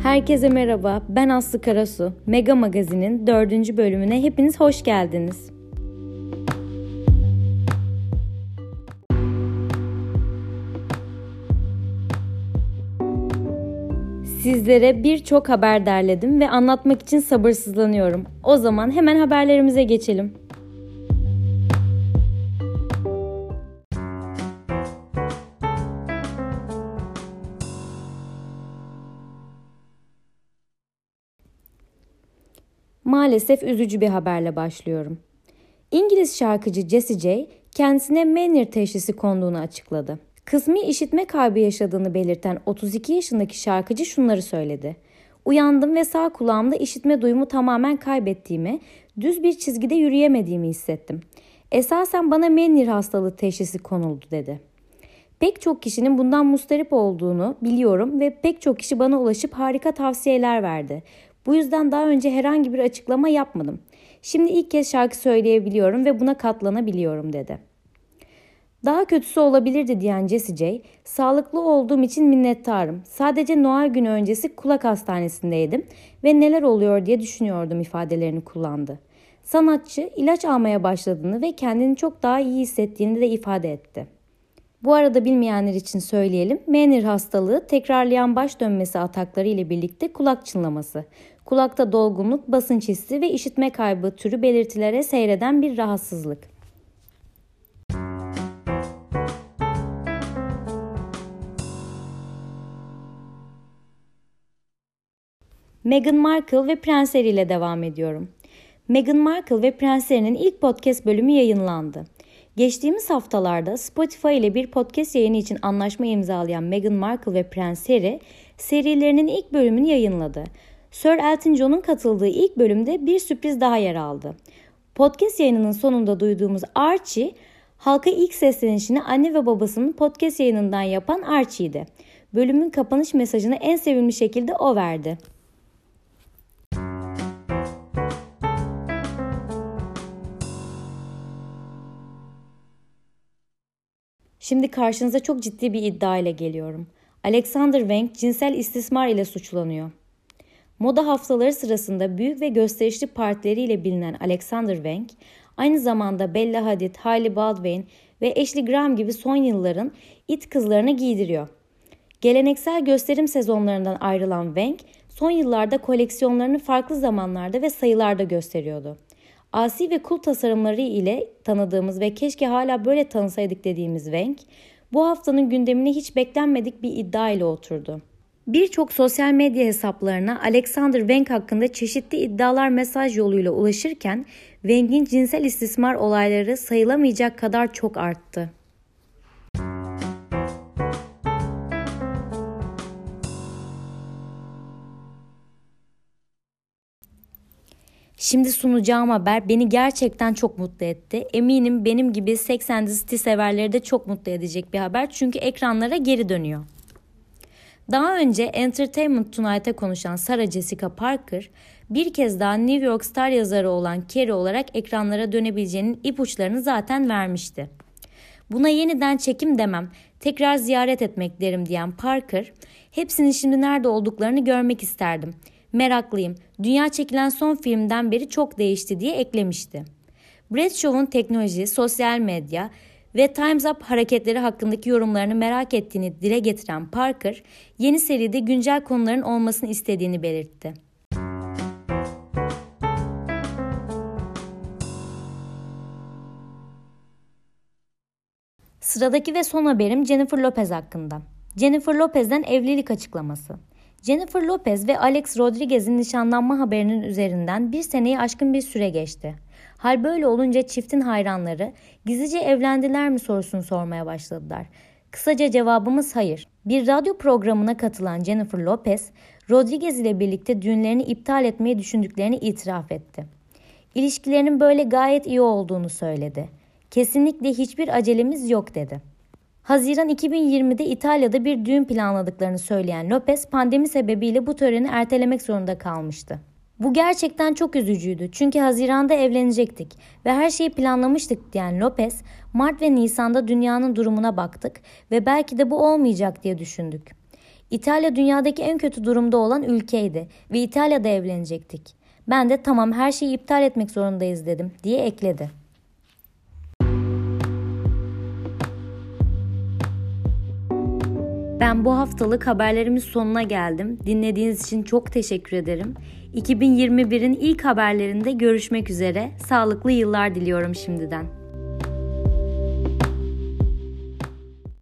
Herkese merhaba, ben Aslı Karasu. Mega Magazin'in 4. bölümüne hepiniz hoş geldiniz. Sizlere birçok haber derledim ve anlatmak için sabırsızlanıyorum. O zaman hemen haberlerimize geçelim. Maalesef üzücü bir haberle başlıyorum. İngiliz şarkıcı Jessie J kendisine Meniere teşhisi konduğunu açıkladı. Kısmi işitme kaybı yaşadığını belirten 32 yaşındaki şarkıcı şunları söyledi. Uyandım ve sağ kulağımda işitme duyumu tamamen kaybettiğimi, düz bir çizgide yürüyemediğimi hissettim. Esasen bana Meniere hastalığı teşhisi konuldu dedi. Pek çok kişinin bundan muzdarip olduğunu biliyorum ve pek çok kişi bana ulaşıp harika tavsiyeler verdi. Bu yüzden daha önce herhangi bir açıklama yapmadım. Şimdi ilk kez şarkı söyleyebiliyorum ve buna katlanabiliyorum dedi. Daha kötüsü olabilirdi diyen Jessie J, sağlıklı olduğum için minnettarım. Sadece Noel günü öncesi kulak hastanesindeydim ve neler oluyor diye düşünüyordum ifadelerini kullandı. Sanatçı ilaç almaya başladığını ve kendini çok daha iyi hissettiğini de ifade etti. Bu arada bilmeyenler için söyleyelim, Meniere hastalığı tekrarlayan baş dönmesi atakları ile birlikte kulak çınlaması, kulakta dolgunluk, basınç hissi ve işitme kaybı türü belirtilere seyreden bir rahatsızlık. Meghan Markle ve Prens Harry ile devam ediyorum. Meghan Markle ve Prens Harry'nin ilk podcast bölümü yayınlandı. Geçtiğimiz haftalarda Spotify ile bir podcast yayını için anlaşma imzalayan Meghan Markle ve Prens Harry, serilerinin ilk bölümünü yayınladı. Sir Elton John'un katıldığı ilk bölümde bir sürpriz daha yer aldı. Podcast yayınının sonunda duyduğumuz Archie, halka ilk seslenişini anne ve babasının podcast yayınından yapan Archie'ydi. Bölümün kapanış mesajını en sevimli şekilde o verdi. Şimdi karşınıza çok ciddi bir iddia ile geliyorum. Alexander Wang cinsel istismar ile suçlanıyor. Moda haftaları sırasında büyük ve gösterişli partileriyle bilinen Alexander Wang, aynı zamanda Bella Hadid, Hailey Baldwin ve Ashley Graham gibi son yılların it kızlarını giydiriyor. Geleneksel gösterim sezonlarından ayrılan Wang, son yıllarda koleksiyonlarını farklı zamanlarda ve sayılarda gösteriyordu. Asi ve cool tasarımları ile tanıdığımız ve keşke hala böyle tanısaydık dediğimiz Wang, bu haftanın gündemine hiç beklenmedik bir iddia ile oturdu. Birçok sosyal medya hesaplarına Alexander Wang hakkında çeşitli iddialar mesaj yoluyla ulaşırken Wang'in cinsel istismar olayları sayılamayacak kadar çok arttı. Şimdi sunacağım haber beni gerçekten çok mutlu etti. Eminim benim gibi Sex and the City severleri de çok mutlu edecek bir haber çünkü ekranlara geri dönüyor. Daha önce Entertainment Tonight'te konuşan Sarah Jessica Parker, bir kez daha New York Star yazarı olan Carrie olarak ekranlara dönebileceğinin ipuçlarını zaten vermişti. Buna yeniden çekim demem, tekrar ziyaret etmek derim diyen Parker, hepsinin şimdi nerede olduklarını görmek isterdim. Meraklıyım, dünya çekilen son filmden beri çok değişti diye eklemişti. Bradshaw'un teknoloji, sosyal medya ve Time's Up hareketleri hakkındaki yorumlarını merak ettiğini dile getiren Parker, yeni seride güncel konuların olmasını istediğini belirtti. Sıradaki ve son haberim Jennifer Lopez hakkında. Jennifer Lopez'den evlilik açıklaması. Jennifer Lopez ve Alex Rodriguez'in nişanlanma haberinin üzerinden bir seneyi aşkın bir süre geçti. Hal böyle olunca çiftin hayranları gizlice evlendiler mi sorusunu sormaya başladılar. Kısaca cevabımız hayır. Bir radyo programına katılan Jennifer Lopez, Rodriguez ile birlikte düğünlerini iptal etmeyi düşündüklerini itiraf etti. İlişkilerinin böyle gayet iyi olduğunu söyledi. Kesinlikle hiçbir acelemiz yok dedi. Haziran 2020'de İtalya'da bir düğün planladıklarını söyleyen Lopez, pandemi sebebiyle bu töreni ertelemek zorunda kalmıştı. Bu gerçekten çok üzücüydü çünkü Haziran'da evlenecektik ve her şeyi planlamıştık diyen Lopez, Mart ve Nisan'da dünyanın durumuna baktık ve belki de bu olmayacak diye düşündük. İtalya dünyadaki en kötü durumda olan ülkeydi ve İtalya'da evlenecektik. Ben de tamam her şeyi iptal etmek zorundayız dedim diye ekledi. Ben bu haftalık haberlerimin sonuna geldim. Dinlediğiniz için çok teşekkür ederim. 2021'in ilk haberlerinde görüşmek üzere. Sağlıklı yıllar diliyorum şimdiden.